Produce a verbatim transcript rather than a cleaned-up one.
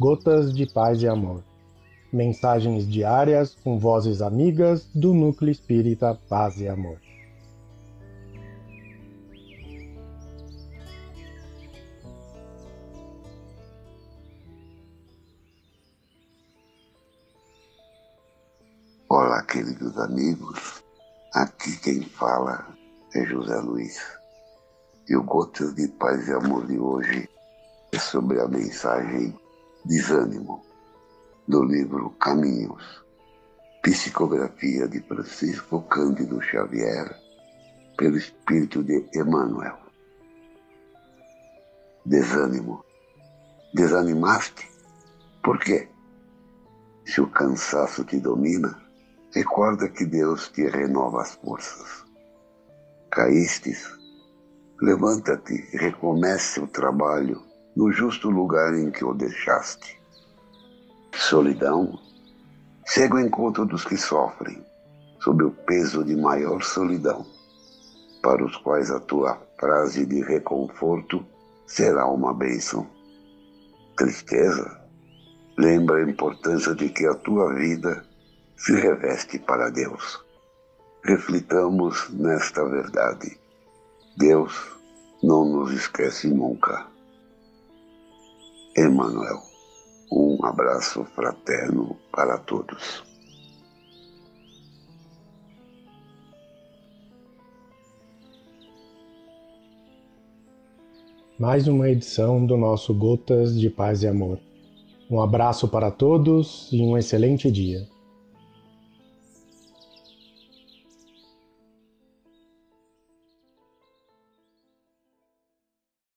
Gotas de Paz e Amor. Mensagens diárias com vozes amigas do Núcleo Espírita Paz e Amor. Olá, queridos amigos, aqui quem fala é José Luiz. E o Gotas de Paz e Amor de hoje é sobre a mensagem Desânimo, do livro Caminhos, psicografia de Francisco Cândido Xavier, pelo espírito de Emmanuel. Desânimo. Desanimaste? Por quê? Se o cansaço te domina, recorda que Deus te renova as forças. Caístes? Levanta-te e recomece o trabalho no justo lugar em que o deixaste. Solidão? Segue ao encontro dos que sofrem, sob o peso de maior solidão, para os quais a tua frase de reconforto será uma bênção. Tristeza? Lembra a importância de que a tua vida se reveste para Deus. Reflitamos nesta verdade. Deus não nos esquece nunca. Emmanuel, um abraço fraterno para todos. Mais uma edição do nosso Gotas de Paz e Amor. Um abraço para todos e um excelente dia.